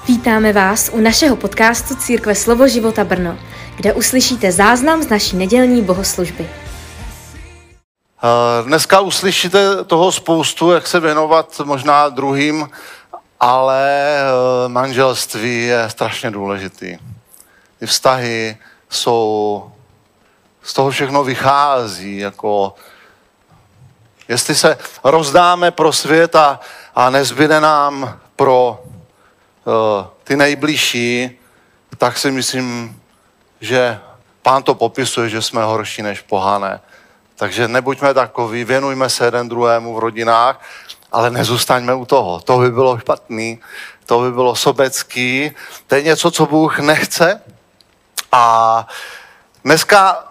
Vítáme vás u našeho podcastu Církve Slovo života Brno, kde uslyšíte záznam z naší nedělní bohoslužby. Dneska uslyšíte toho spoustu, jak se věnovat možná druhým, ale manželství je strašně důležitý. Ty vztahy jsou, z toho všechno vychází, jako jestli se rozdáme pro svět a nezbyde nám pro ty nejbližší, tak si myslím, že Pán to popisuje, že jsme horší než pohané. Takže nebuďme takoví, věnujme se jeden druhému v rodinách, ale nezůstaňme u toho. To by bylo špatný, to by bylo sobecký, to je něco, co Bůh nechce. A dneska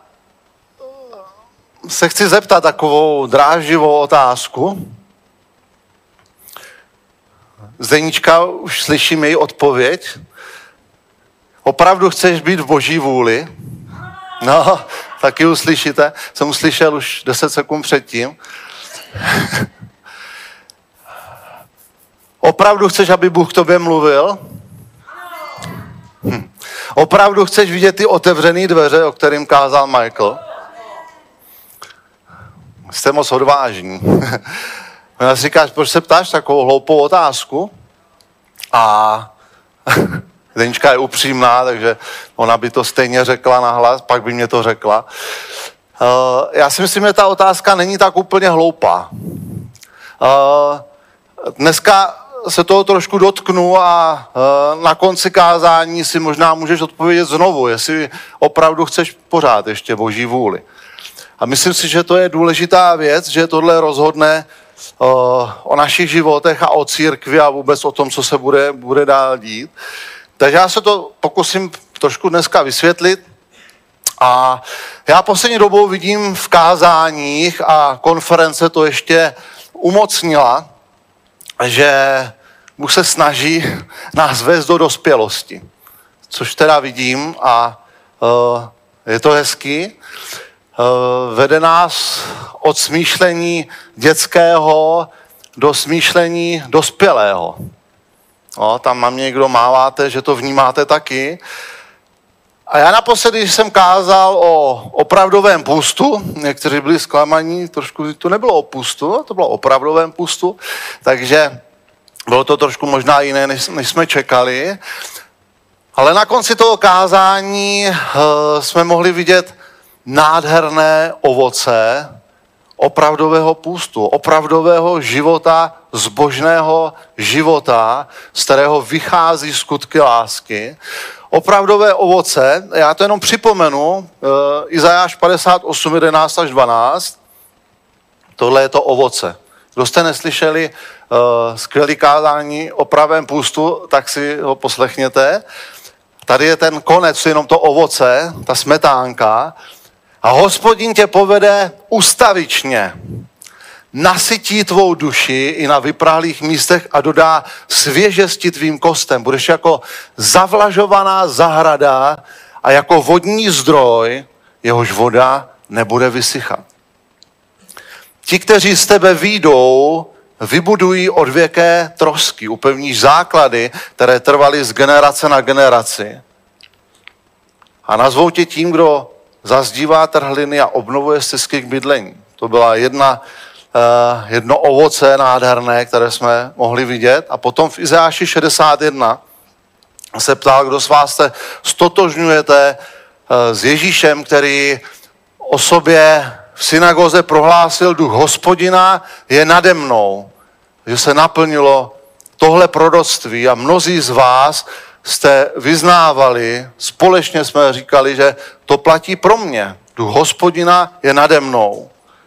se chci zeptat takovou dráždivou otázku. Zdeníčka, už slyším její odpověď. Opravdu chceš být v Boží vůli? No, taky uslyšíte. Jsem uslyšel už 10 sekund předtím. Opravdu chceš, aby Bůh k tobě mluvil? Opravdu chceš vidět ty otevřené dveře, o kterým kázal Michael? Jste moc odvážní. Já si říkáš, proč se ptáš takovou hloupou otázku? A Zdeníčka je upřímná, takže ona by to stejně řekla nahlas, pak by mě to řekla. Já si myslím, že ta otázka není tak úplně hloupá. Dneska se toho trošku dotknu a na konci kázání si možná můžeš odpovědět znovu, jestli opravdu chceš pořád ještě Boží vůli. A myslím si, že to je důležitá věc, že tohle rozhodne o našich životech a o církvi a vůbec o tom, co se bude dál dít. Takže já se to pokusím trošku dneska vysvětlit. A já poslední dobou vidím v kázáních a konference to ještě umocnila, že Bůh se snaží nás vést do dospělosti. Což teda vidím a je to hezký. Vede nás od smýšlení dětského do smýšlení dospělého. No, tam na mě někdo máváte, že to vnímáte taky. A já naposledy, když jsem kázal o opravdovém pustu, někteří byli zklamaní, trošku to nebylo o pustu, to bylo o opravdovém pustu, takže bylo to trošku možná jiné, než jsme čekali. Ale na konci toho kázání jsme mohli vidět nádherné ovoce opravdového půstu, opravdového života, zbožného života, z kterého vychází skutky lásky. Opravdové ovoce, já to jenom připomenu, Izajáš 58, 11 až 12, tohle je to ovoce. Kdo jste neslyšeli skvělý kázání o pravém půstu, tak si ho poslechněte. Tady je ten konec, jenom to ovoce, ta smetánka. A Hospodin tě povede ustavičně, nasytí tvou duši i na vyprahlých místech a dodá svěžesti tvým kostem. Budeš jako zavlažovaná zahrada a jako vodní zdroj, jehož voda nebude vysychat. Ti, kteří z tebe vyjdou, vybudují odvěké trosky, upevníš základy, které trvaly z generace na generaci. A nazvou tě tím, kdo zazdívá trhliny a obnovuje stezky k bydlení. To byla jedno ovoce nádherné, které jsme mohli vidět. A potom v Izajáši 61 se ptal, kdo z vás se stotožňujete s Ježíšem, který o sobě v synagoze prohlásil, duch Hospodina je nade mnou. Že se naplnilo tohle proroctví a mnozí z vás jste vyznávali, společně jsme říkali, že to platí pro mě. Duch Hospodina je nade mnou.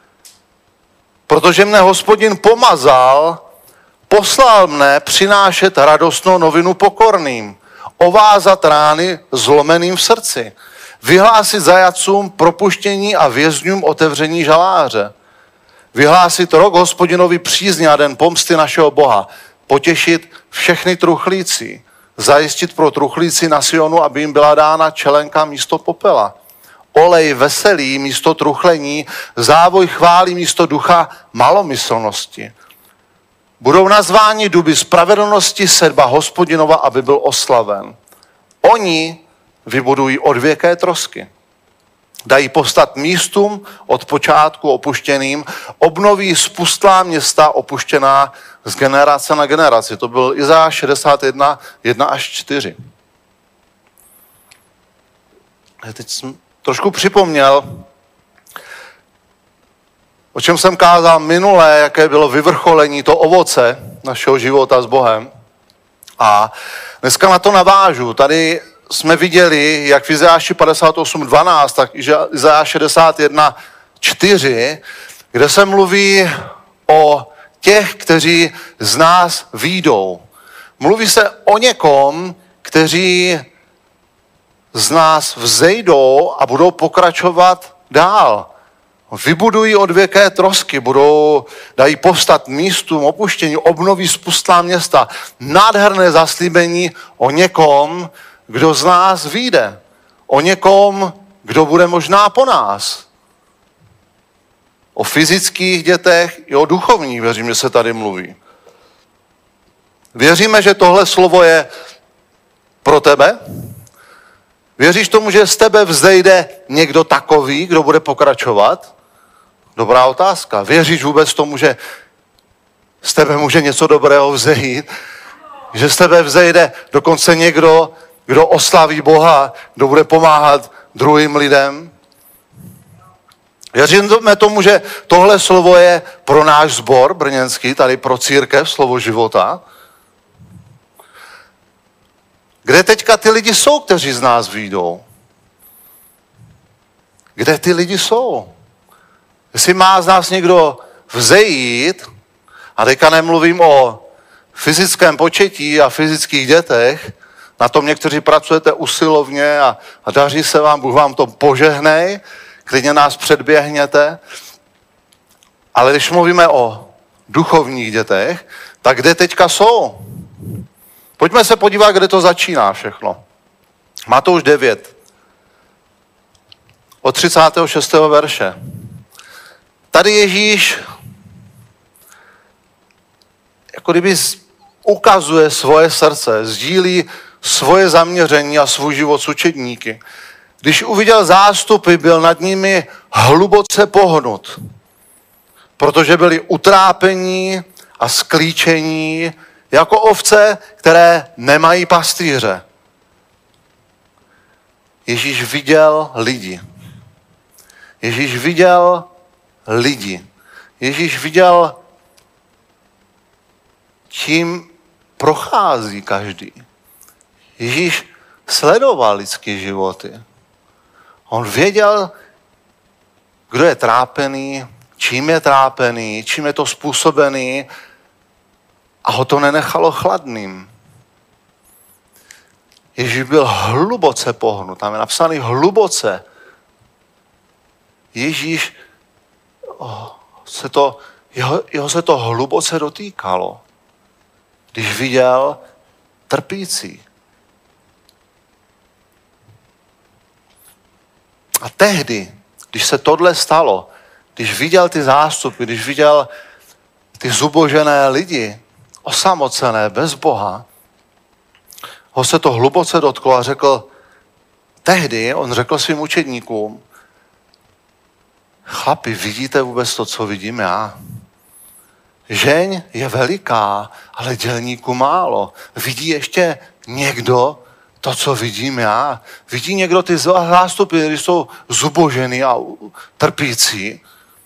Protože mne Hospodin pomazal, poslal mne přinášet radostnou novinu pokorným, ovázat rány zlomeným v srdci, vyhlásit zajatcům propuštění a vězňům otevření žaláře, vyhlásit rok Hospodinovi přízně a den pomsty našeho Boha, potěšit všechny truchlící, zajistit pro truchlíci na Sionu, aby jim byla dána čelenka místo popela, olej veselý místo truchlení, závoj chvály místo ducha malomyslnosti. Budou nazváni duby spravedlnosti sedba Hospodinova, aby byl oslaven. Oni vybudují odvěké trosky. Dají povstat místům od počátku opuštěným, obnoví spustlá města opuštěná z generace na generaci. To byl Izajáš 61, 1 až 4. Teď jsem trošku připomněl, o čem jsem kázal minule, jaké bylo vyvrcholení, to ovoce našeho života s Bohem. A dneska na to navážu. Tady jsme viděli, jak v Izajáši 58.12, tak Izajáš 61.4, kde se mluví o těch, kteří z nás vyjdou. Mluví se o někom, kteří z nás vzejdou a budou pokračovat dál. Vybudují odvěké trosky, dají povstat místům opuštění, obnoví spustlá města. Nádherné zaslíbení o někom, kdo z nás vyjde. O někom, kdo bude možná po nás. O fyzických dětech i o duchovních, věřím, že se tady mluví. Věříme, že tohle slovo je pro tebe? Věříš tomu, že z tebe vzejde někdo takový, kdo bude pokračovat? Dobrá otázka. Věříš vůbec tomu, že z tebe může něco dobrého vzejít? Že z tebe vzejde dokonce někdo, kdo oslaví Boha, kdo bude pomáhat druhým lidem? Věříme tomu, že tohle slovo je pro náš sbor brněnský, tady pro církev, slovo života. Kde teďka ty lidi jsou, kteří z nás vyjdou? Kde ty lidi jsou? Jestli má z nás někdo vzejít, a teďka nemluvím o fyzickém početí a fyzických dětech, na tom někteří pracujete usilovně a daří se vám, Bůh vám to požehnej, klidně nás předběhněte. Ale když mluvíme o duchovních dětech, tak kde teďka jsou? Pojďme se podívat, kde to začíná všechno. Matouš 9. Od 36. verše. Tady Ježíš jako kdyby ukazuje svoje srdce, sdílí svoje zaměření a svůj život s učedníky. Když uviděl zástupy, byl nad nimi hluboce pohnut, protože byli utrápení a sklíčení jako ovce, které nemají pastýře. Ježíš viděl lidi. Ježíš viděl lidi. Ježíš viděl, čím prochází každý. Ježíš sledoval lidské životy. On věděl, kdo je trápený, čím je to způsobený, a ho to nenechalo chladným. Ježíš byl hluboce pohnut. Tam je napsaný hluboce. Ježíš, jeho se to hluboce dotýkalo, když viděl trpící. A tehdy, když se tohle stalo, když viděl ty zástupy, když viděl ty zubožené lidi, osamocené, bez Boha, ho se to hluboce dotklo a on řekl svým učedníkům, chlapi, vidíte vůbec to, co vidím já? Žeň je veliká, ale dělníků málo. Vidí ještě někdo to, co vidím já? Vidí někdo ty zástupy, kteří jsou zubožený a trpící?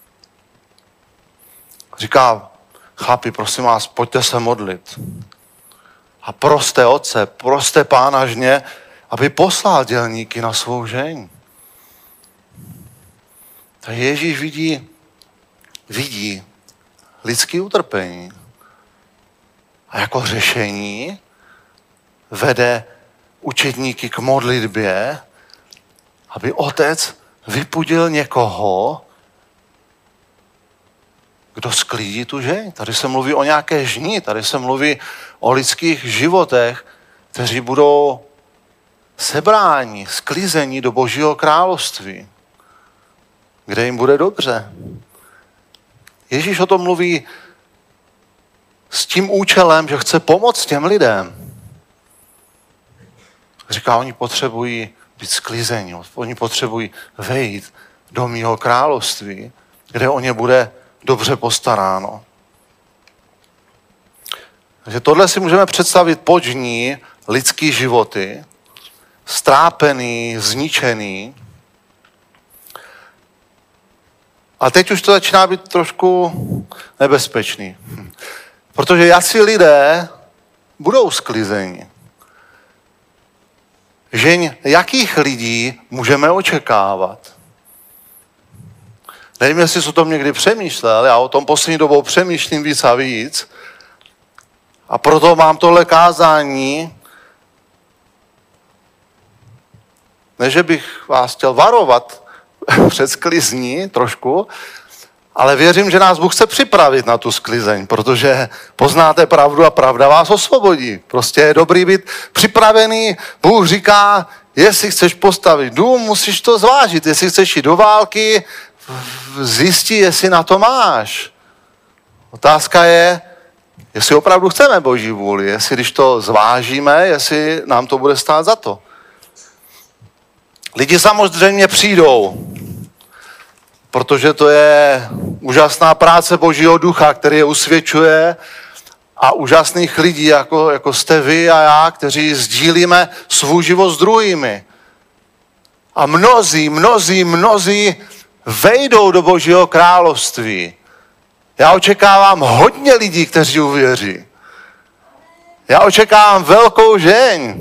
Říká, chlapi, prosím vás, pojďte se modlit. A proste Otce, proste Pána žně, aby poslal dělníky na svou žeň. Tak Ježíš vidí lidské utrpení. A jako řešení vede učedníky k modlitbě, aby Otec vypudil někoho, kdo sklídí tu žeň. Tady se mluví o nějaké žni, tady se mluví o lidských životech, kteří budou sebráni, sklízení do Božího království, kde jim bude dobře. Ježíš o tom mluví s tím účelem, že chce pomoct těm lidem. Říká, oni potřebují být sklizeni, oni potřebují vejít do mýho království, kde o ně bude dobře postaráno. Takže tohle si můžeme představit poční lidský životy, strápený, zničený. A teď už to začíná být trošku nebezpečný. Protože jací lidé budou sklizeni. Že jakých lidí můžeme očekávat? Nevím, jestli jsi o tom někdy přemýšlel, já o tom poslední dobou přemýšlím víc a víc. A proto mám tohle kázání, ne, že bych vás chtěl varovat před sklizní trošku, ale věřím, že nás Bůh chce připravit na tu sklizeň, protože poznáte pravdu a pravda vás osvobodí. Prostě je dobrý být připravený. Bůh říká, jestli chceš postavit dům, musíš to zvážit. Jestli chceš jít do války, zjistí, jestli na to máš. Otázka je, jestli opravdu chceme Boží vůli, jestli když to zvážíme, jestli nám to bude stát za to. Lidi samozřejmě přijdou, protože to je úžasná práce Božího ducha, který je usvědčuje, a úžasných lidí, jako jste vy a já, kteří sdílíme svůj život s druhými. A mnozí vejdou do Božího království. Já očekávám hodně lidí, kteří uvěří. Já očekávám velkou žeň.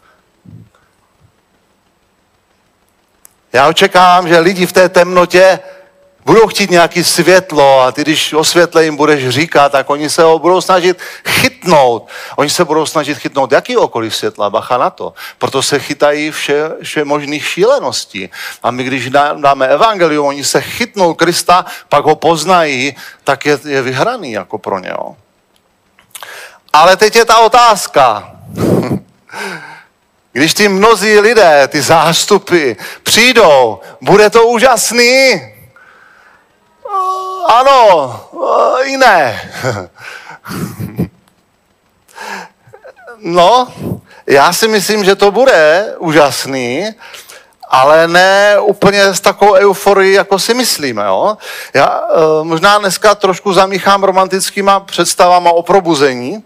Já očekávám, že lidi v té temnotě budou chtít nějaké světlo a ty, když o světle jim budeš říkat, tak oni se ho budou snažit chytnout. Oni se budou snažit chytnout jakýkoliv světla, bacha na to. Proto se chytají vše možných šíleností. A my, když dáme evangelium, oni se chytnou Krista, pak ho poznají, tak je vyhraný jako pro něho. Ale teď je ta otázka. Když ty mnozí lidé, ty zástupy přijdou, bude to úžasný? Ano, i ne. No, já si myslím, že to bude úžasný, ale ne úplně s takovou euforií, jako si myslíme. Jo? Já možná dneska trošku zamíchám romantickýma představama o probuzení.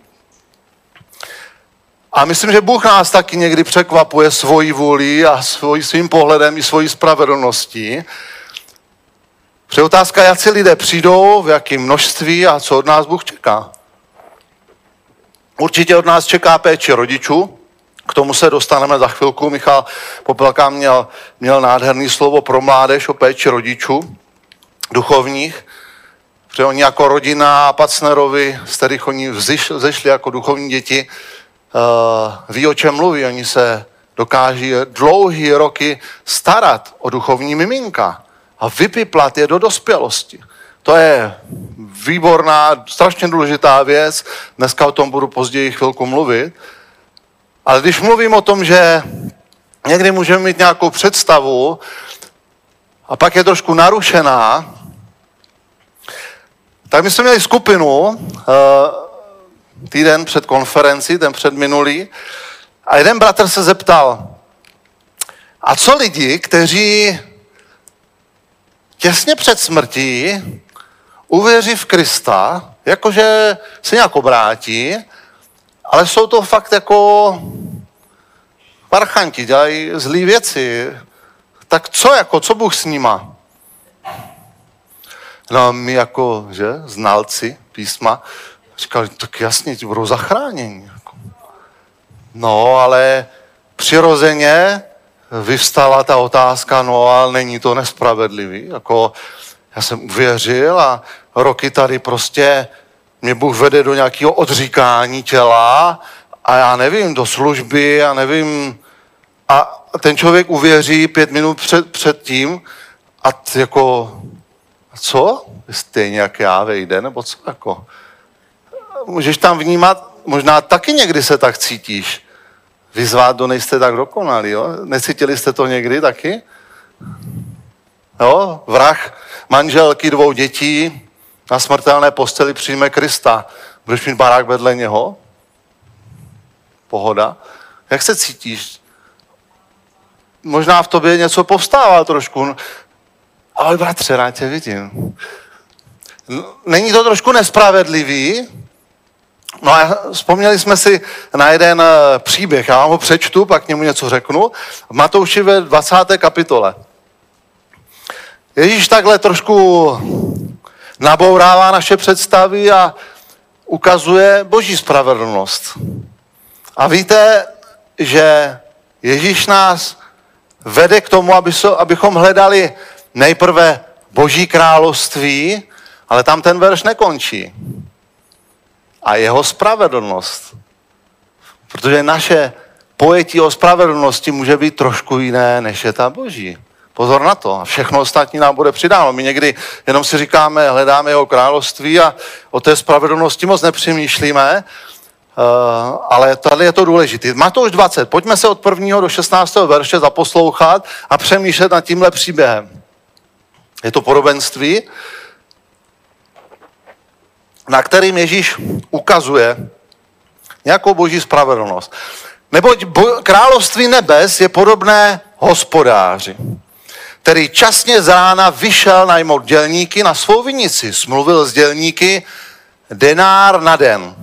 A myslím, že Bůh nás taky někdy překvapuje svojí vůlí a svým pohledem i svojí spravedlností. Protože otázka, jak si lidé přijdou, v jakém množství a co od nás Bůh čeká. Určitě od nás čeká péče rodičů, k tomu se dostaneme za chvilku. Michal Popelka měl nádherný slovo pro mládež o péči rodičů duchovních, protože oni jako rodina Pacnerovi, z kterých oni vzešli jako duchovní děti, ví, o čem mluví. Oni se dokáží dlouhé roky starat o duchovní miminka a vypiplat je do dospělosti. To je výborná, strašně důležitá věc. Dneska o tom budu později chvilku mluvit. Ale když mluvím o tom, že někdy můžeme mít nějakou představu a pak je trošku narušená, tak my jsme měli skupinu týden před konferenci, ten předminulý, a jeden bratr se zeptal, a co lidi, kteří těsně před smrtí uvěří v Krista, jakože se nějak obrátí, ale jsou to fakt jako parchanti, dělají zlý věci. Tak co Bůh s nima? No my jako, že, znalci písma, říkali, tak jasně, ti budou zachráněni. No, ale přirozeně vyvstala ta otázka, no, ale není to nespravedlivý. Jako, já jsem uvěřil a roky tady prostě mě Bůh vede do nějakého odříkání těla a já nevím, do služby, já nevím. A ten člověk uvěří 5 minut před tím a jako, co? Stejně jak já vejde, nebo co jako? Můžeš tam vnímat, možná taky někdy se tak cítíš. Vyzvát, do nejste tak dokonalí, jo? Necítili jste to někdy taky? Jo? Vrah manželky 2 dětí na smrtelné posteli přijme Krista. Budeš mít barák vedle něho? Pohoda. Jak se cítíš? Možná v tobě něco povstává trošku. Ale bratře, rád tě vidím. Není to trošku nespravedlivý? No a vzpomněli jsme si na jeden příběh. Já vám ho přečtu, pak k němu něco řeknu. V Matouši ve 20. kapitole. Ježíš takhle trošku nabourává naše představy a ukazuje boží spravedlnost. A víte, že Ježíš nás vede k tomu, abychom hledali nejprve boží království, ale tam ten verš nekončí. A jeho spravedlnost. Protože naše pojetí o spravedlnosti může být trošku jiné, než je ta boží. Pozor na to. A všechno ostatní nám bude přidáno. My někdy jenom si říkáme, hledáme jeho království a o té spravedlnosti moc nepřemýšlíme, ale tady je to důležité. Matouš 20. Pojďme se od 1. do 16. verše zaposlouchat a přemýšlet nad tímhle příběhem. Je to podobenství, na kterým Ježíš ukazuje nějakou boží spravedlnost. Neboť království nebes je podobné hospodáři, který časně z rána vyšel najmout dělníky na svou vinici. Smluvil s dělníky denár na den.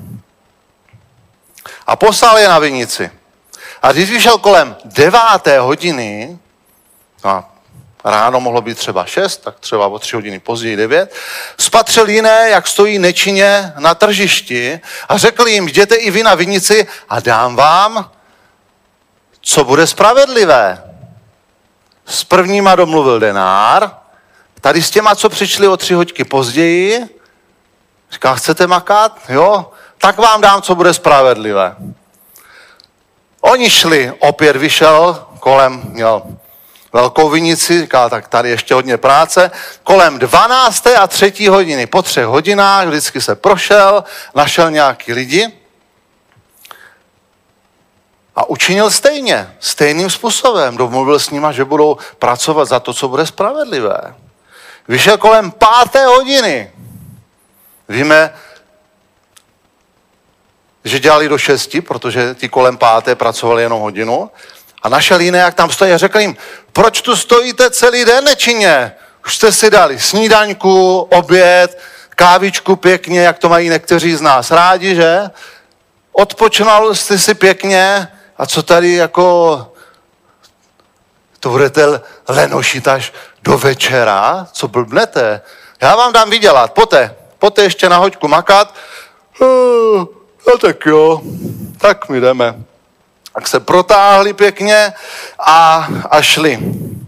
A poslal je na vinici. A když vyšel kolem 9. hodiny, a ráno mohlo být třeba 6, tak třeba o 3 hodiny později 9, spatřil jiné, jak stojí nečinně na tržišti a řekl jim, jděte i vy na vinici a dám vám, co bude spravedlivé. S prvníma domluvil denár, tady s těma, co přišli o 3 hodiny později, říká, chcete makat? Jo, tak vám dám, co bude spravedlivé. Oni šli, opět vyšel kolem, měl velkou vinici, říká, tak tady ještě hodně práce, kolem 12. a 3. hodiny, po 3 hodinách, vždycky se prošel, našel nějaký lidi a učinil stejným způsobem. Domluvil s nima, že budou pracovat za to, co bude spravedlivé. Vyšel kolem 5. hodiny. Víme, že dělali do 6, protože ti kolem 5. pracovali jenom hodinu. A našel jiné, jak tam stojí a řekl jim, proč tu stojíte celý den nečinně? Už jste si dali snídaňku, oběd, kávičku pěkně, jak to mají někteří z nás rádi, že? Odpočinul jste si pěkně a co tady jako to budete lenošit až do večera? Co blbnete? Já vám dám vydělat, poté ještě na hoďku makat. No tak jo, tak my jdeme. Tak se protáhli pěkně a šli.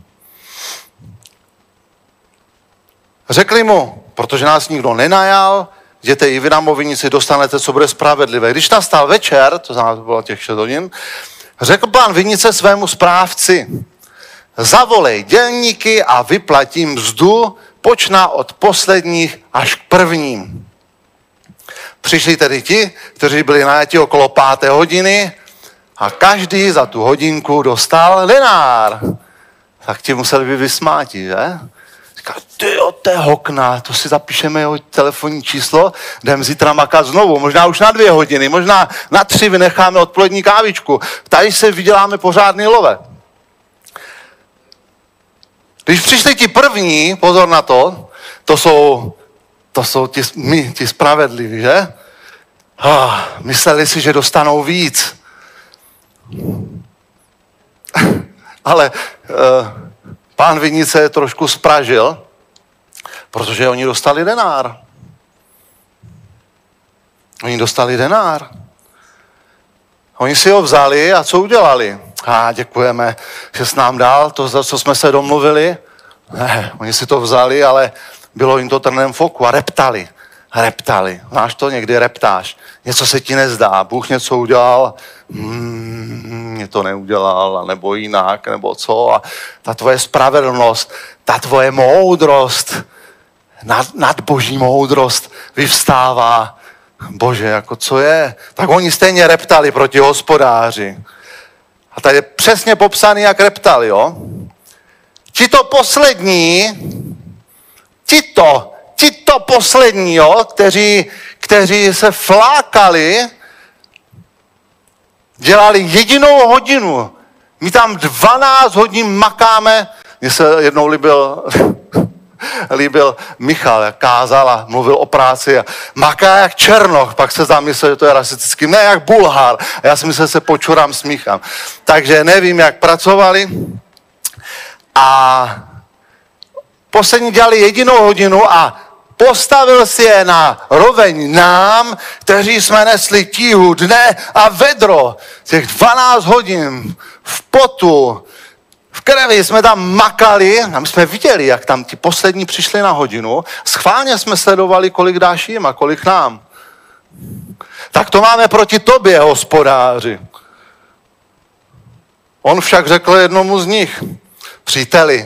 Řekli mu, protože nás nikdo nenajal, jděte i vy na movinici, dostanete, co bude spravedlivé. Když nastal večer, to znamená, to bylo těch 6 hodin, řekl pán vinice svému správci, zavolej dělníky a vyplatím mzdu, počná od posledních až k prvním. Přišli tedy ti, kteří byli najati okolo 5. hodiny a každý za tu hodinku dostal denár. Tak ti museli by vysmátit, že? Říká, tyjo, to je hokna, to si zapíšeme jeho telefonní číslo, jdem zítra makat znovu, možná už na 2 hodiny, možná na 3 vynecháme odpolední kávičku. Tady se vyděláme pořádný love. Když přišli ti první, pozor na to, to jsou ti spravedliví, že? Mysleli si, že dostanou víc. Ale pán vinice trošku zpražil, protože oni dostali denár. Oni si ho vzali a co udělali? Děkujeme, že jsi nám dal to, za co jsme se domluvili. Ne, oni si to vzali, ale bylo jim to trnem v oku a reptali. Znáš to? Někdy reptáš. Něco se ti nezdá. Bůh něco udělal, mě to neudělal, nebo jinak, nebo co. A ta tvoje spravedlnost, ta tvoje moudrost, nad boží moudrost vyvstává. Bože, jako co je? Tak oni stejně reptali proti hospodáři. A tady je přesně popsaný, jak reptali, jo? Tito poslední, jo, kteří se flákali, dělali jedinou hodinu. My tam 12 hodin makáme. Mně se jednou líbil Michal, jak kázal a mluvil o práci a maká jak Černoch, pak se zamyslel, že to je rasistický, ne jak Bulhár. A já si myslel, že se počurám, smíchám. Takže nevím, jak pracovali. A poslední dělali jedinou hodinu a postavil si je na roveň nám, kteří jsme nesli tíhu dne a vedro. Těch 12 hodin v potu, v krvi jsme tam makali a my jsme viděli, jak tam ti poslední přišli na hodinu. Schválně jsme sledovali, kolik dáš jim a kolik nám. Tak to máme proti tobě, hospodáři. On však řekl jednomu z nich, příteli,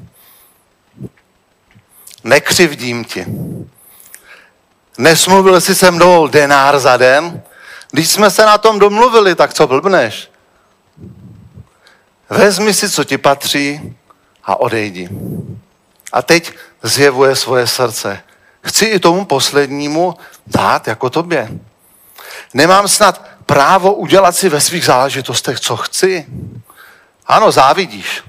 nekřivdím ti. Nesmluvil jsi se mnou denár za den? Když jsme se na tom domluvili, tak co blbneš? Vezmi si, co ti patří a odejdi. A teď zjevuje svoje srdce. Chci i tomu poslednímu dát jako tobě. Nemám snad právo udělat si ve svých záležitostech, co chci? Ano, závidíš.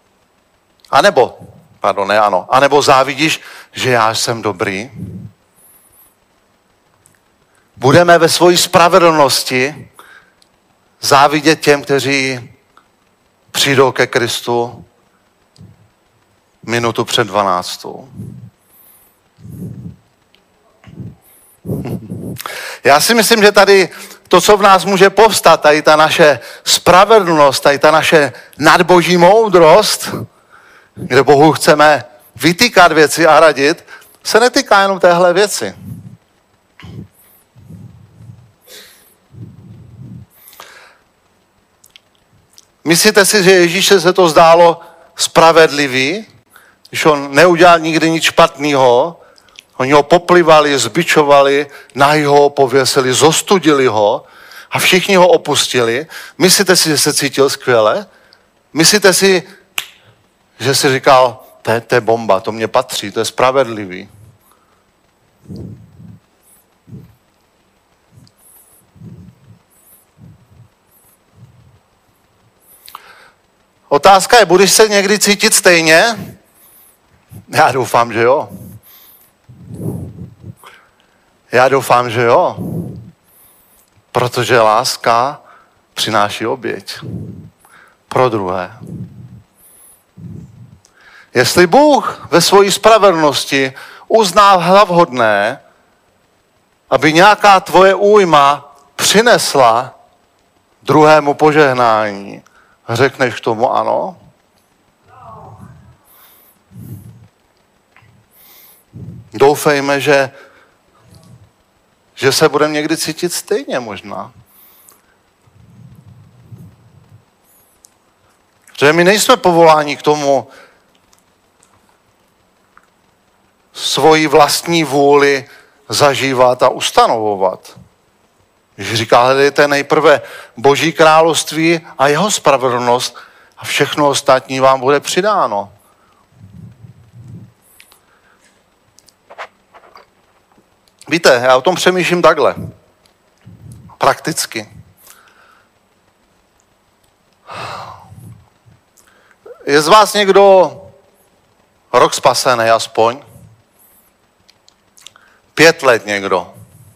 Anebo závidíš, že já jsem dobrý. Budeme ve své spravedlnosti závidět těm, kteří přijdou ke Kristu minutu před 12. Já si myslím, že tady to, co v nás může povstat, tady ta naše spravedlnost, tady ta naše nadboží moudrost, kde Bohu chceme vytýkat věci a radit, se netýká jenom téhle věci. Myslíte si, že Ježíše se to zdálo spravedlivý, když on neudělal nikdy nic špatného, oni ho poplivali, zbičovali, nahy ho pověsili, zostudili ho a všichni ho opustili. Myslíte si, že se cítil skvěle? Myslíte si, že si říkal, to je bomba, to mě patří, to je spravedlivý? Otázka je, budeš se někdy cítit stejně? Já doufám, že jo. Protože láska přináší oběť pro druhé. Jestli Bůh ve své spravedlnosti uzná za vhodné, aby nějaká tvoje újma přinesla druhému požehnání, řekneš k tomu ano? Doufejme, že se budeme někdy cítit stejně možná. Protože my nejsme povoláni k tomu svoji vlastní vůli zažívat a ustanovovat. Když říká, hledejte nejprve Boží království a jeho spravedlnost a všechno ostatní vám bude přidáno. Víte, já o tom přemýšlím takhle. Prakticky. Je z vás někdo rok spasený aspoň? 5 let někdo?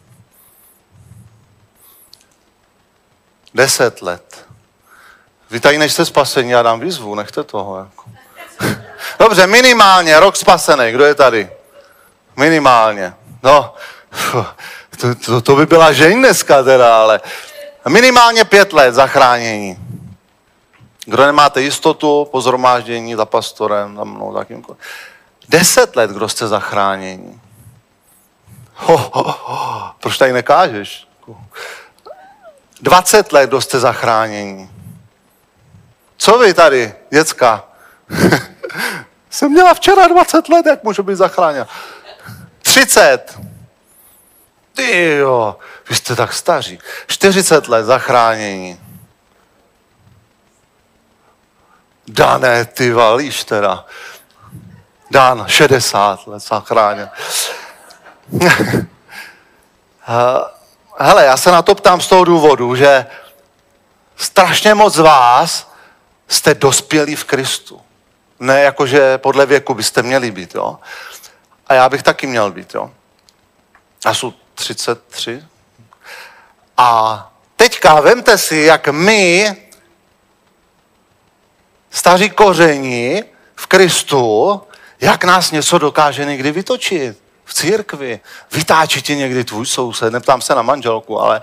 10 let? Vy tady nejste spasení, já dám výzvu, nechte toho. Jako. Dobře, minimálně rok spasený, kdo je tady? Minimálně. No, to by byla žeň dneska teda, ale minimálně 5 let zachránění. Kdo nemáte jistotu po shromáždění za pastorem, za mnou, za kýmkoliv. 10 let, kdo jste zachránění. Proč tady nekážeš? 20 let, kdo jste zachránění. Co vy tady, děcka? Jsem měla včera 20 let, jak můžu být zachráněna? 30. Ty jo, vy jste tak staří. 40 let zachránění. Dané, ty valíš teda. Dan, 60 let zachráněn. Hele, já se na to ptám z toho důvodu, že strašně moc z vás jste dospělí v Kristu. Ne jakože podle věku byste měli být, jo. A já bych taky měl být, jo. Já jsem 33. A teďka vemte si, jak my, staří koření v Kristu, jak nás něco dokáže někdy vytočit v církvi. Vytáčí ti někdy tvůj soused, neptám se na manželku, ale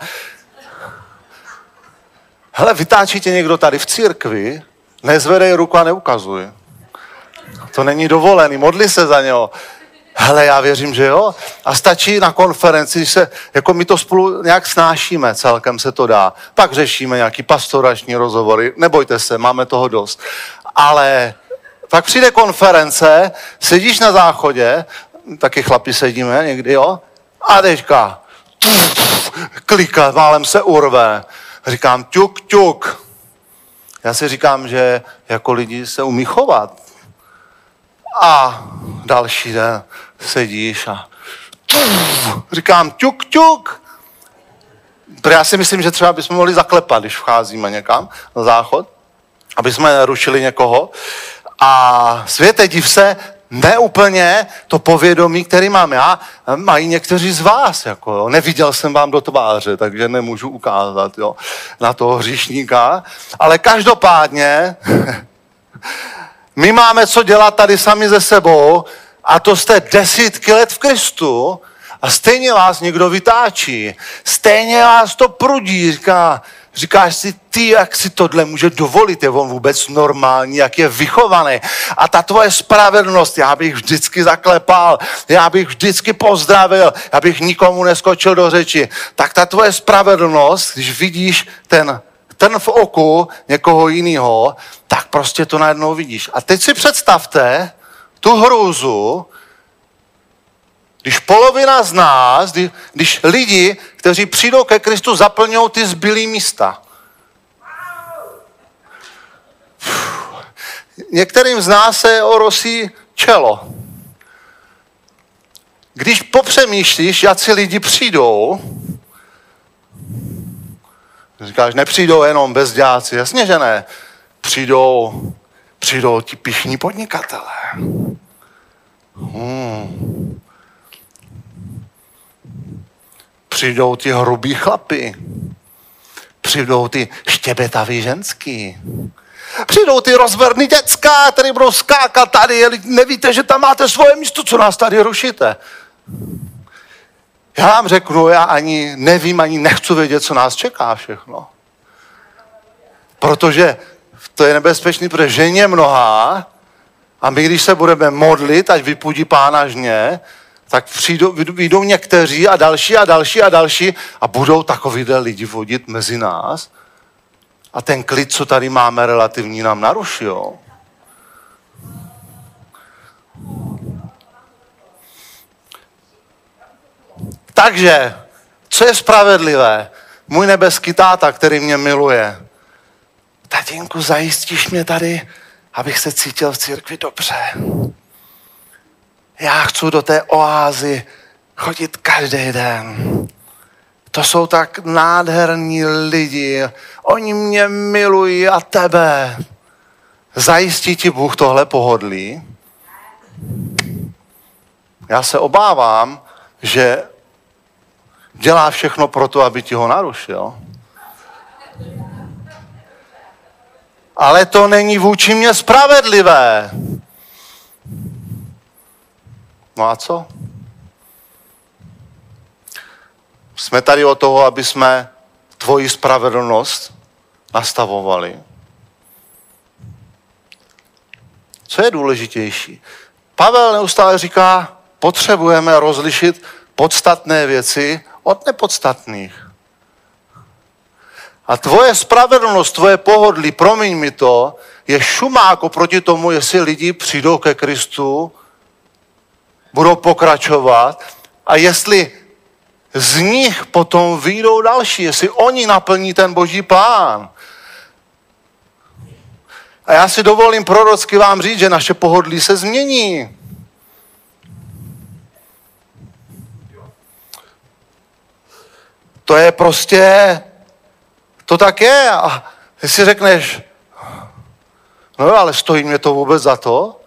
hele, vytáčí tě někdo tady v církvi, nezvedej ruku a neukazuj. To není dovolený, modli se za něho. Hele, já věřím, že jo. A stačí na konferenci, když se, jako my to spolu nějak snášíme, celkem se to dá. Pak řešíme nějaký pastorační rozhovory, nebojte se, máme toho dost. Ale pak přijde konference, sedíš na záchodě, taky chlapi sedíme někdy, jo, a teďka kliká, málem se urve. Říkám ťuk, ťuk. Já si říkám, že jako lidi se umí chovat. A další den sedíš a říkám ťuk, ťuk. Já si myslím, že třeba bychom mohli zaklepat, když vcházíme někam na záchod, aby jsme nerušili někoho. A světe, div se, neúplně to povědomí, který mám já, mají někteří z vás. Jako, jo. Neviděl jsem vám do tváře, takže nemůžu ukázat, jo, na toho hříšníka. Ale každopádně my máme co dělat tady sami ze sebou a to jste desítky let v Kristu a stejně vás někdo vytáčí. Stejně vás to prudí, říkáš si, ty, jak si tohle může dovolit, je on vůbec normální, jak je vychovaný. A ta tvoje spravedlnost, já bych vždycky zaklepal, já bych vždycky pozdravil, já bych nikomu neskočil do řeči. Tak ta tvoje spravedlnost, když vidíš ten v oku někoho jiného, tak prostě to najednou vidíš. A teď si představte tu hrůzu, když polovina z nás, když lidi, kteří přijdou ke Kristu, zaplňují ty zbylý místa. Některým z nás se orosí čelo. Když popřemýšlíš, jak si lidi přijdou, říkáš, nepřijdou jenom bezděláci, jasně, že ne. Přijdou ti pyšní podnikatelé. Přijdou ty hrubý chlapy. Přijdou ty štěbetavý ženský. Přijdou ty rozverný děcka, který budou skákat tady. Nevíte, že tam máte svoje místo, co nás tady rušíte. Já vám řeknu, já ani nevím, ani nechci vědět, co nás čeká všechno. Protože to je nebezpečný, protože žen je mnohá a my, když se budeme modlit, ať vypudí Pána žně, tak vyjdou někteří a další a další a další a budou takovýhle lidi vodit mezi nás. A ten klid, co tady máme relativní, nám naruší, jo. Takže, co je spravedlivé? Můj nebeský táta, který mě miluje. Tatínku, zajistíš mě tady, abych se cítil v církvi dobře. Já chci do té oázy chodit každý den. To jsou tak nádherní lidi. Oni mě milují a tebe. Zajistí ti Bůh tohle pohodlí? Já se obávám, že dělá všechno pro to, aby ti ho narušil. Ale to není vůči mně spravedlivé. No a co? Jsme tady od toho, aby jsme tvoji spravedlnost nastavovali. Co je důležitější? Pavel neustále říká, potřebujeme rozlišit podstatné věci od nepodstatných. A tvoje spravedlnost, tvoje pohodlí, promiň mi to, je šumák oproti tomu, jestli lidi přijdou ke Kristu, budou pokračovat a jestli z nich potom vyjdou další, jestli oni naplní ten Boží plán. A já si dovolím prorocky vám říct, že naše pohodlí se změní. To je prostě, to tak je. A ty si řekneš, no ale stojí mě to vůbec za to?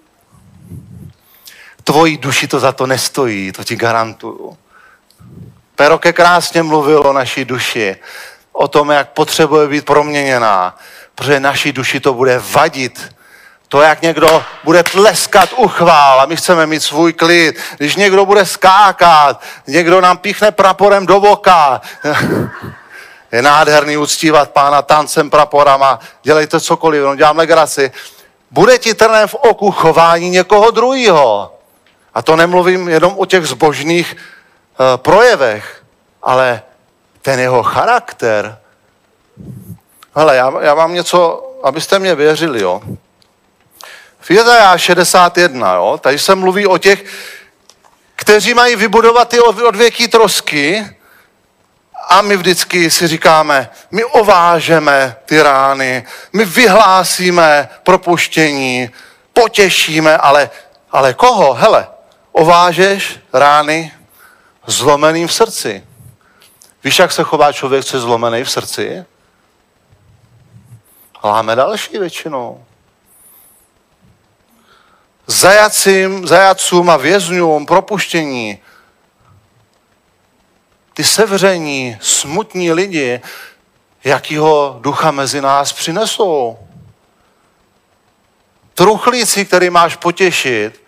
Tvojí duši to za to nestojí, to ti garantuju. Peroke krásně mluvil o naší duši, o tom, jak potřebuje být proměněná, protože naší duši to bude vadit. To, jak někdo bude tleskat u chvál a my chceme mít svůj klid. Když někdo bude skákat, někdo nám píchne praporem do voka. Je nádherný uctívat Pána tancem, praporama. Dělejte cokoliv, no dělám legraci. Bude ti trnem v oku chování někoho druhého. A to nemluvím jenom o těch zbožných projevech, ale ten jeho charakter. Hele, já vám něco, abyste mě věřili, jo. V Jezajáš 61, jo, tady se mluví o těch, kteří mají vybudovat ty odvěký trosky a my vždycky si říkáme, my ovážeme ty rány, my vyhlásíme propuštění, potěšíme, ale koho? Hele, ovážeš rány zlomeným v srdci. Víš, jak se chová člověk, co je zlomený v srdci? Láme další většinou. Zajatcům a vězňům propuštění. Ty sevření, smutní lidi, jakýho ducha mezi nás přinesou. Truchlíci, který máš potěšit.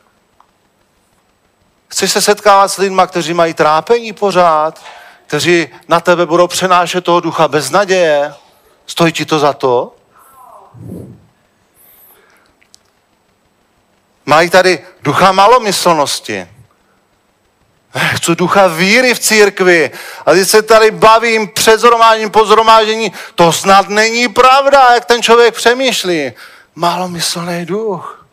Chceš se setkávat s lidma, kteří mají trápení pořád, kteří na tebe budou přenášet toho ducha beznaděje. Stojí ti to za to? Mají tady ducha malomyslnosti. Chci ducha víry v církvi. A když se tady bavím před zhromážděním, po zhromáždění, to snad není pravda, jak ten člověk přemýšlí. Malomyslný duch.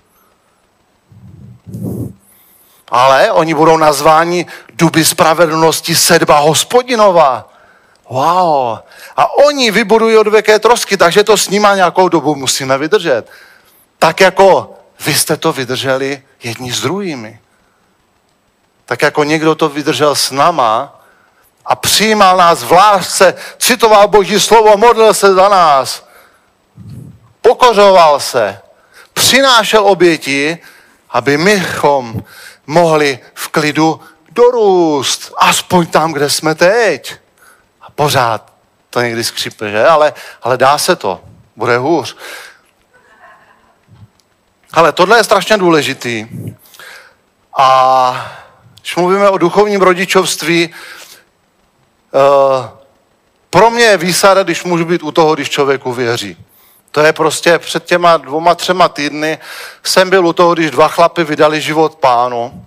Ale oni budou nazváni duby spravedlnosti sedba Hospodinova. Wow. A oni vybudují odvěké trosky, takže to s nima nějakou dobu musíme vydržet. Tak jako vy jste to vydrželi jedni s druhými. Tak jako někdo to vydržel s náma a přijímal nás v lásce, citoval Boží slovo, modlil se za nás, pokořoval se, přinášel oběti, aby mychom mohli v klidu dorůst. Aspoň tam, kde jsme teď. A pořád to někdy skřípe, že? Ale dá se to. Bude hůř. Ale tohle je strašně důležitý. A když mluvíme o duchovním rodičovství, pro mě je výsada, když můžu být u toho, když člověku věří. To je prostě před těma 2-3 týdny jsem byl u toho, když 2 chlapy vydali život Pánu.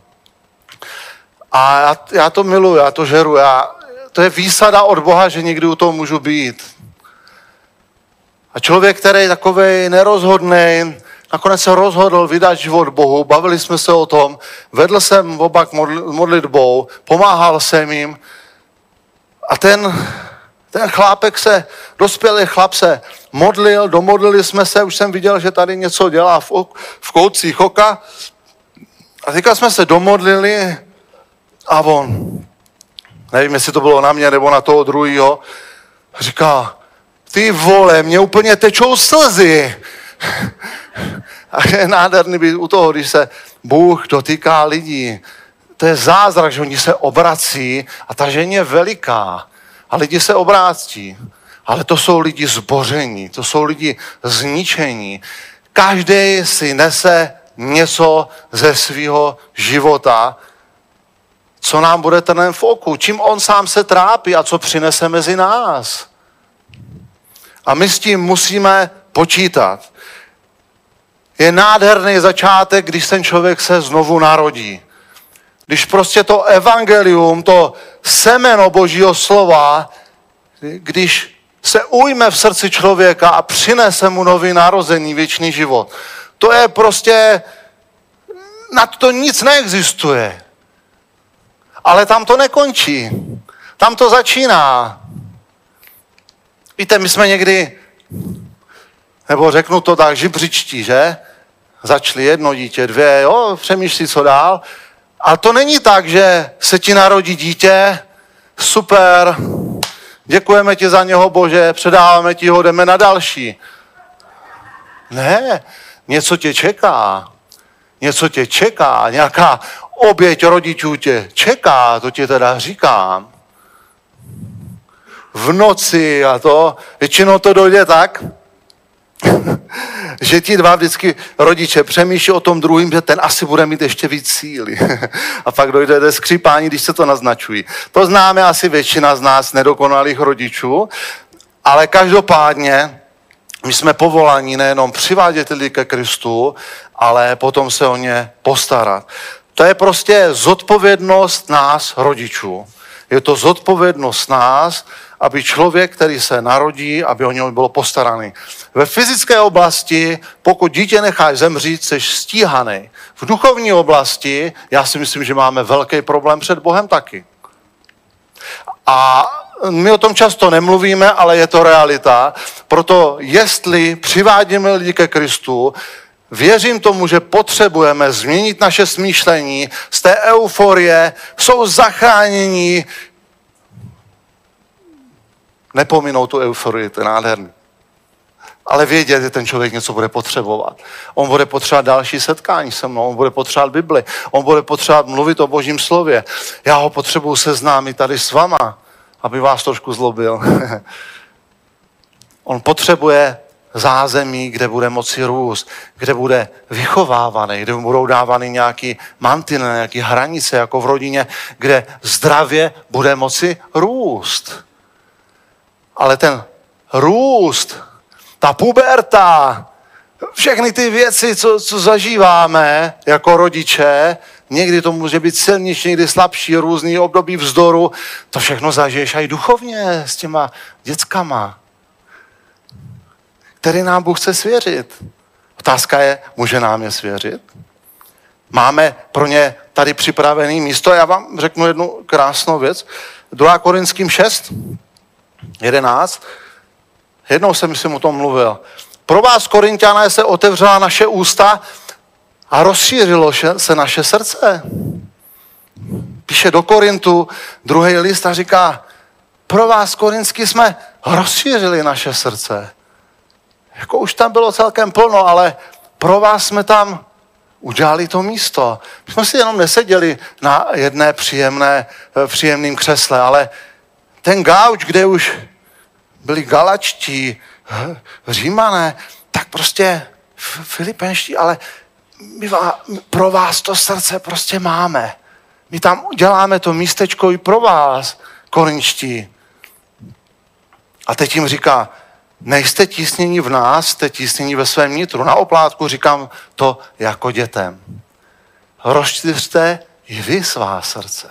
A já to miluji, já to žeru. To je výsada od Boha, že někdy u toho můžu být. A člověk, který je takovej nerozhodnej, nakonec se rozhodl vydat život Bohu, bavili jsme se o tom, vedl jsem oba modlitbou, pomáhal jsem jim. A ten chlápek dospělý chlap se modlil, domodlili jsme se, už jsem viděl, že tady něco dělá v koutcích oka. A teďka jsme se domodlili a on, nevím, jestli to bylo na mě nebo na toho druhýho, říká, ty vole, mě úplně tečou slzy. A je nádherný být u toho, když se Bůh dotýká lidí. To je zázrak, že oni se obrací a ta žena je veliká. A lidi se obrácí. Ale to jsou lidi zboření, to jsou lidi zničení. Každý si nese něco ze svého života, co nám bude trnem v oku, čím on sám se trápí a co přinese mezi nás. A my s tím musíme počítat. Je nádherný začátek, když ten člověk se znovu narodí. Když prostě to evangelium, to semeno Božího slova, když se ujme v srdci člověka a přinese mu nový narození, věčný život. To je prostě, nad to nic neexistuje. Ale tam to nekončí. Tam to začíná. Víte, my jsme někdy, nebo řeknu to tak, žibřičtí, že? Začali 1 dítě, 2, jo, přemýšlí, co dál. A to není tak, že se ti narodí dítě super, děkujeme ti za něho, Bože, předáváme ti ho, jdeme na další. Ne, něco tě čeká. Něco tě čeká, nějaká oběť rodičů tě čeká, to ti teda říkám. V noci a to, většinou to dojde tak, že ti dva vždycky rodiče přemýšlí o tom druhým, že ten asi bude mít ještě víc síly. A pak dojde skřípání, když se to naznačují. To známe asi většina z nás nedokonalých rodičů, ale každopádně my jsme povoláni nejenom přivádět lidi ke Kristu, ale potom se o ně postarat. To je prostě zodpovědnost nás, rodičů. Je to zodpovědnost nás, aby člověk, který se narodí, aby o něj bylo postaraný. Ve fyzické oblasti, pokud dítě necháš zemřít, jsi stíhaný. V duchovní oblasti, já si myslím, že máme velký problém před Bohem taky. A my o tom často nemluvíme, ale je to realita. Proto jestli přivádíme lidi ke Kristu, věřím tomu, že potřebujeme změnit naše smýšlení z té euforie, jsou zachránění. Nepominou tu euforii, to je nádherný. Ale vědět, že ten člověk něco bude potřebovat. On bude potřebovat další setkání se mnou, on bude potřebovat Bibli, on bude potřebovat mluvit o Božím slově. Já ho potřebuji seznámit tady s váma, aby vás trošku zlobil. On potřebuje zázemí, kde bude moci růst, kde bude vychovávaný, kde mu budou dávány nějaký mantinely, nějaké hranice, jako v rodině, kde zdravě bude moci růst. Ale ten růst, ta puberta, všechny ty věci, co zažíváme jako rodiče, někdy to může být silnější, někdy slabší, různý období vzdoru, to všechno zažiješ i duchovně s těma dětskama, který nám Bůh chce svěřit. Otázka je, může nám je svěřit? Máme pro ně tady připravené místo. Já vám řeknu jednu krásnou věc. 2. Korinským 6, 11. Jednou jsem, myslím, o tom mluvil. Pro vás, Korinťané, se otevřela naše ústa a rozšířilo se naše srdce. Píše do Korintu 2. list a říká, pro vás, Korinský, jsme rozšířili naše srdce. Jako už tam bylo celkem plno, ale pro vás jsme tam udělali to místo. My jsme si jenom neseděli na jedné příjemném křesle, ale ten gauč, kde už byli Galačtí, Římané, tak prostě Filipenští, ale pro vás to srdce prostě máme. My tam děláme to místečko i pro vás, Korinští. A teď jim říká, nejste tísnění v nás, jste tísnění ve svém nitru. Na oplátku říkám to jako dětem. Rozšířte i vy svá srdce.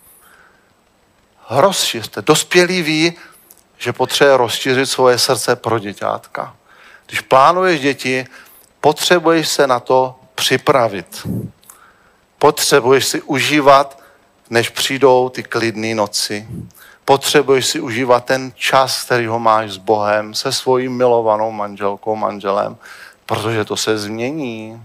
Rozšířte. Dospělí ví, že potřebuje rozšířit svoje srdce pro děťátka. Když plánuješ děti, potřebuješ se na to připravit. Potřebuješ si užívat, než přijdou ty klidné noci. Potřebuješ si užívat ten čas, který ho máš s Bohem, se svojí milovanou manželkou, manželem, protože to se změní.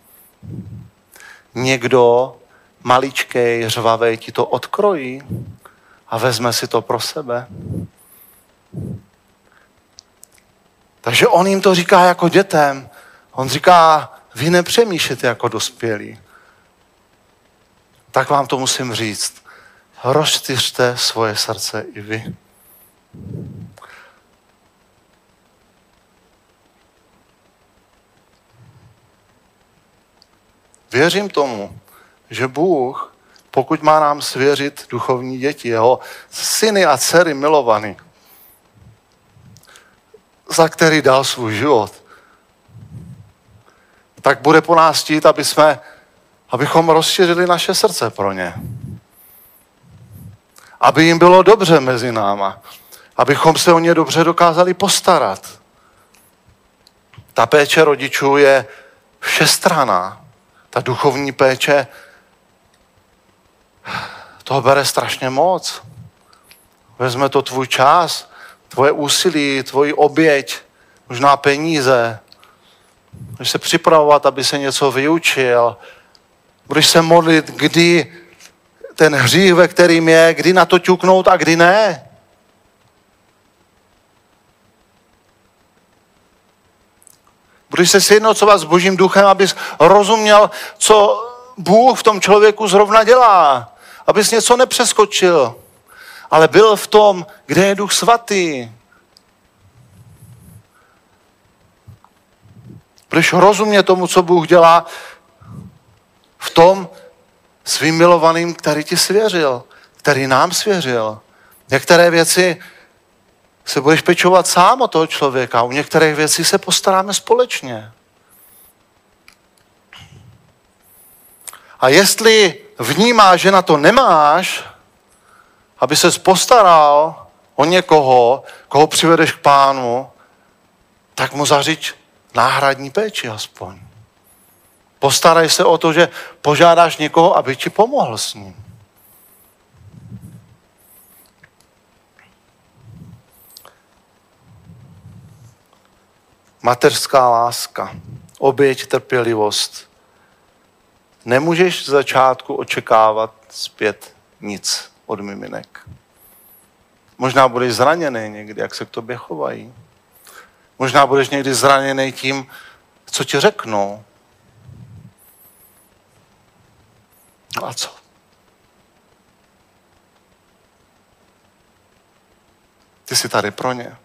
Někdo maličkej, řvavej ti to odkrojí a vezme si to pro sebe. Takže on jim to říká jako dětem. On říká, vy nepřemýšlíte jako dospělí. Tak vám to musím říct. Rozšířte svoje srdce i vy. Věřím tomu, že Bůh, pokud má nám svěřit duchovní děti, jeho syny a dcery milovaný, za který dal svůj život, tak bude po nás chtít, abychom rozšířili naše srdce pro ně. Aby jim bylo dobře mezi náma. Abychom se o ně dobře dokázali postarat. Ta péče rodičů je všestranná. Ta duchovní péče toho bere strašně moc. Vezme to tvůj čas, tvoje úsilí, tvoji oběť, možná peníze. Budeš se připravovat, aby se něco vyučil. Budeš se modlit, kdy ten hřích, ve kterým je, kdy na to ťuknout a kdy ne. Budeš se sjednocovat s Božím duchem, abys rozuměl, co Bůh v tom člověku zrovna dělá. Abys něco nepřeskočil, ale byl v tom, kde je Duch Svatý. Budeš rozumět tomu, co Bůh dělá v tom svým milovaným, který ti svěřil, který nám svěřil. Některé věci se budeš pečovat sám o toho člověka, u některých věcí se postaráme společně. A jestli vnímáš, že na to nemáš, aby ses postaral o někoho, koho přivedeš k Pánu, tak mu zařiď náhradní péči aspoň. Postaraj se o to, že požádáš někoho, aby ti pomohl s ním. Mateřská láska, oběť, trpělivost. Nemůžeš z začátku očekávat zpět nic od miminek. Možná budeš zraněný někdy, jak se k tobě chovají. Možná budeš někdy zraněný tím, co ti řeknou. No a co? Ty jsi tady pro ně.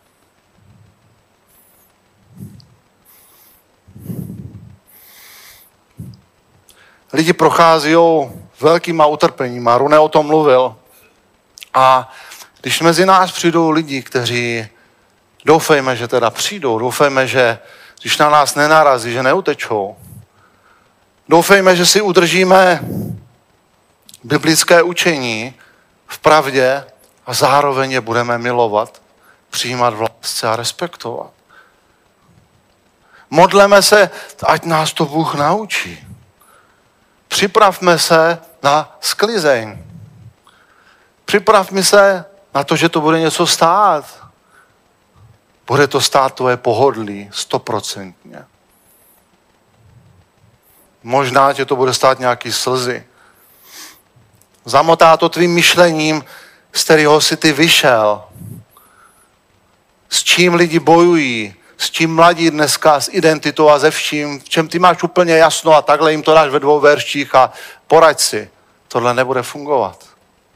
Lidi prochází velkýma utrpeníma. Rune o tom mluvil. A když mezi nás přijdou lidi, kteří doufejme, že teda přijdou, doufejme, že když na nás nenarazí, že neutečou. Doufejme, že si udržíme biblické učení v pravdě a zároveň je budeme milovat, přijímat v lásce a respektovat. Modleme se, ať nás to Bůh naučí. Připravme se na sklizeň. Připravme se na to, že to bude něco stát. Bude to stát tvoje pohodlí 100%. Možná tě to bude stát nějaký slzy. Zamotá to tvým myšlením, z kterého jsi ty vyšel. S čím lidi bojují, s čím mladí dneska, s identitou a ze vším, v čem ty máš úplně jasno a takhle jim to dáš ve 2 verších a poraď si. Tohle nebude fungovat.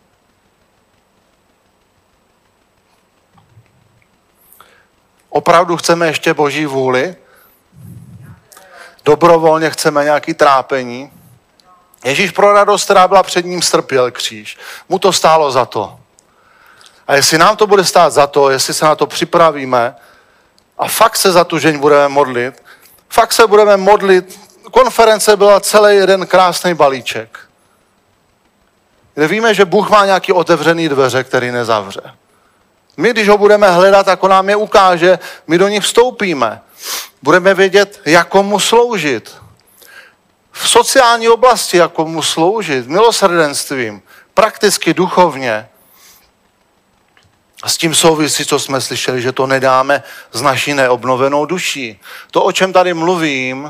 Opravdu chceme ještě Boží vůli? Dobrovolně chceme nějaký trápení? Ježíš pro radost, která byla před ním, strpěl kříž. Mu to stálo za to. A jestli nám to bude stát za to, jestli se na to připravíme a fakt se za tu žeň budeme modlit, fakt se budeme modlit, konference byla celý jeden krásný balíček, kde víme, že Bůh má nějaký otevřený dveře, který nezavře. My, když ho budeme hledat, jako nám je ukáže, my do nich vstoupíme. Budeme vědět, jak mu sloužit. V sociální oblasti, jak mu sloužit, milosrdenstvím, prakticky, duchovně. A s tím souvisí, co jsme slyšeli, že to nedáme s naší neobnovenou duší. To, o čem tady mluvím,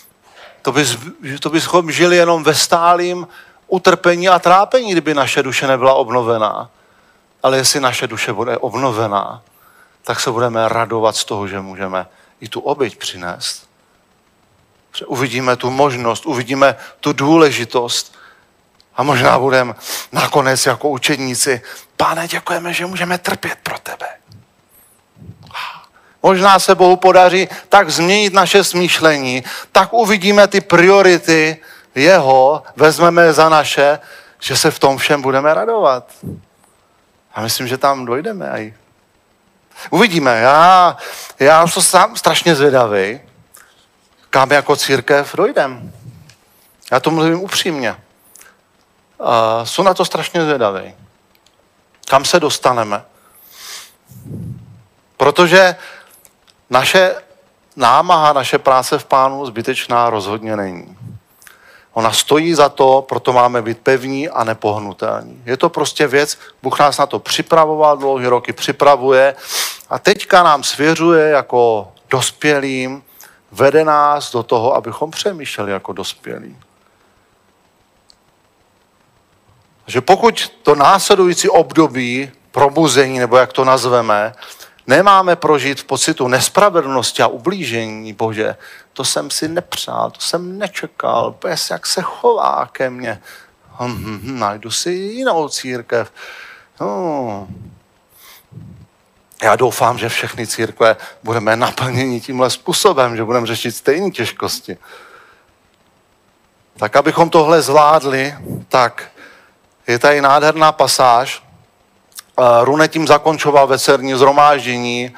to bychom žili jenom ve stálým utrpení a trápení, kdyby naše duše nebyla obnovená. Ale jestli naše duše bude obnovená, tak se budeme radovat z toho, že můžeme i tu oběť přinést. Že uvidíme tu možnost, uvidíme tu důležitost a možná budeme nakonec jako učedníci: Páne, děkujeme, že můžeme trpět pro tebe. Možná se Bohu podaří tak změnit naše smýšlení, tak uvidíme ty priority jeho, vezmeme za naše, že se v tom všem budeme radovat. A myslím, že tam dojdeme. Aj. Uvidíme. Já jsem sám strašně zvědavý, kam jako církev dojdem. Já to mluvím upřímně. Jsem na to strašně zvědavý. Kam se dostaneme. Protože naše námaha, naše práce v Pánu zbytečná rozhodně není. Ona stojí za to, proto máme být pevní a nepohnutelní. Je to prostě věc, Bůh nás na to připravoval, dlouhé roky připravuje a teďka nám svěřuje jako dospělým, vede nás do toho, abychom přemýšleli jako dospělí. Že pokud to následující období probuzení, nebo jak to nazveme, nemáme prožít v pocitu nespravedlnosti a ublížení, Bože, to jsem si nepřál, to jsem nečekal, pes, jak se chová ke mně. Najdu si jinou církev. Já doufám, že všechny církve budeme naplněni tímhle způsobem, že budeme řešit stejné těžkosti. Tak abychom tohle zvládli, tak je tady nádherná pasáž. Rune tím zakončoval večerní shromáždění.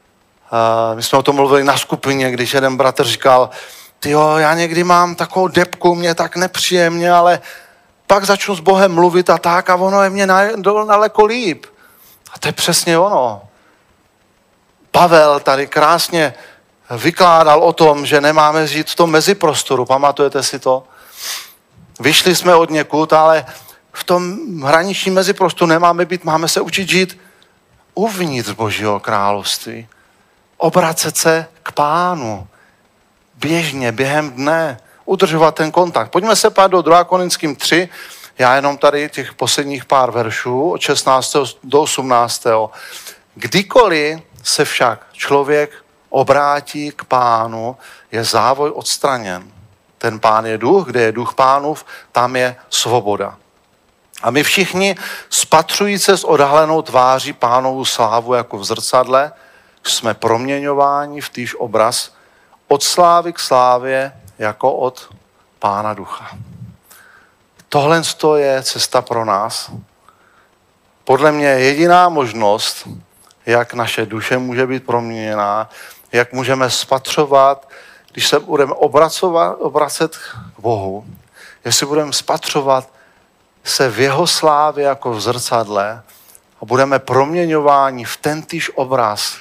My jsme o tom mluvili na skupině, když jeden bratr říkal, tyjo, já někdy mám takovou depku, mě tak nepříjemně, ale pak začnu s Bohem mluvit a ono je mě daleko líp. A to je přesně ono. Pavel tady krásně vykládal o tom, že nemáme žít v tom meziprostoru. Pamatujete si to? Vyšli jsme od někud, ale v tom hraničním meziprostoru nemáme být, máme se učit žít uvnitř Božího království. Obracet se k Pánu. Běžně, během dne. Udržovat ten kontakt. Pojďme se pát do 2. Korinským 3. Já jenom tady těch posledních pár veršů, od 16. do 18. Kdykoliv se však člověk obrátí k Pánu, je závoj odstraněn. Ten Pán je duch, kde je duch Pánův, tam je svoboda. A my všichni, spatřující se s odhalenou tváří Pánovu slávu jako v zrcadle, jsme proměňováni v týž obraz od slávy k slávě jako od Pána ducha. Tohle je cesta pro nás. Podle mě jediná možnost, jak naše duše může být proměněná, jak můžeme spatřovat, když se budeme obracet k Bohu, jestli budeme spatřovat se v jeho slávě jako v zrcadle a budeme proměňováni v tentýž obraz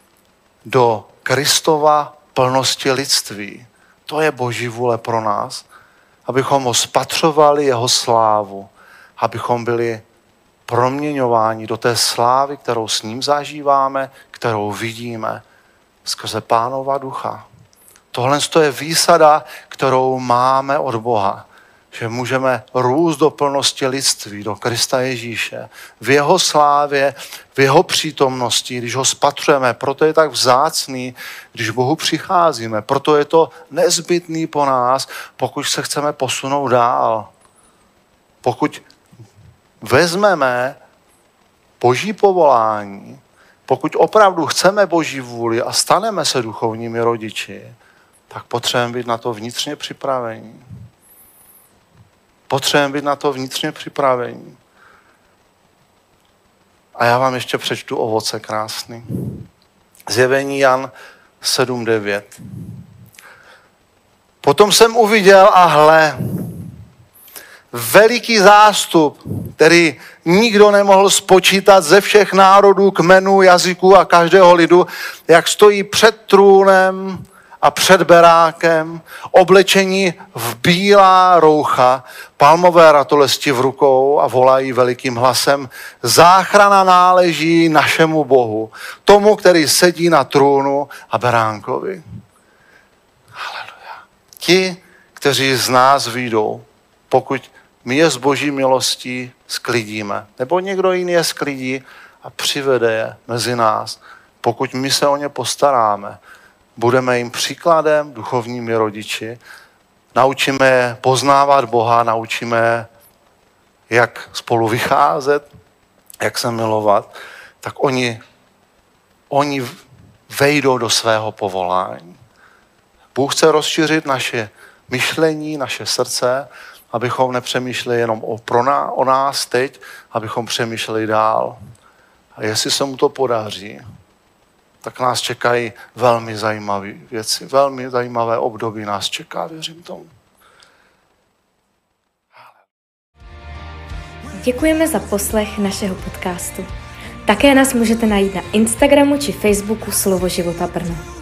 do Kristova plnosti lidství. To je Boží vůle pro nás, abychom ho spatřovali jeho slávu, abychom byli proměňováni do té slávy, kterou s ním zažíváme, kterou vidíme skrze Pánova ducha. Tohle je výsada, kterou máme od Boha, že můžeme růst do plnosti lidství, do Krista Ježíše, v jeho slávě, v jeho přítomnosti, když ho spatřujeme. Proto je tak vzácný, když Bohu přicházíme. Proto je to nezbytný po nás, pokud se chceme posunout dál. Pokud vezmeme Boží povolání, pokud opravdu chceme Boží vůli a staneme se duchovními rodiči, tak potřebujeme být na to vnitřně připravení. Potřebujeme být na to vnitřně připravení. A já vám ještě přečtu ovoce krásný. Zjevení Jan 7:9. Potom jsem uviděl a hle, veliký zástup, který nikdo nemohl spočítat ze všech národů, kmenů, jazyků a každého lidu, jak stojí před trůnem a před berákem, oblečení v bílá roucha, palmové ratolesti v rukou a volají velikým hlasem: záchrana náleží našemu Bohu, tomu, který sedí na trůnu a beránkovi. Haleluja. Ti, kteří z nás vyjdou, pokud my je z Boží milostí sklidíme, nebo někdo jiný je sklidí a přivede je mezi nás, pokud my se o ně postaráme, budeme jim příkladem, duchovními rodiči, naučíme je poznávat Boha, naučíme je, jak spolu vycházet, jak se milovat, tak oni vejdou do svého povolání. Bůh chce rozšířit naše myšlení, naše srdce, abychom nepřemýšleli jenom o nás teď, abychom přemýšleli dál. A jestli se mu to podaří, tak nás čekají velmi zajímavé věci, velmi zajímavé období nás čeká, věřím tomu. Děkujeme za poslech našeho podcastu. Také nás můžete najít na Instagramu či Facebooku Slovo života Brno.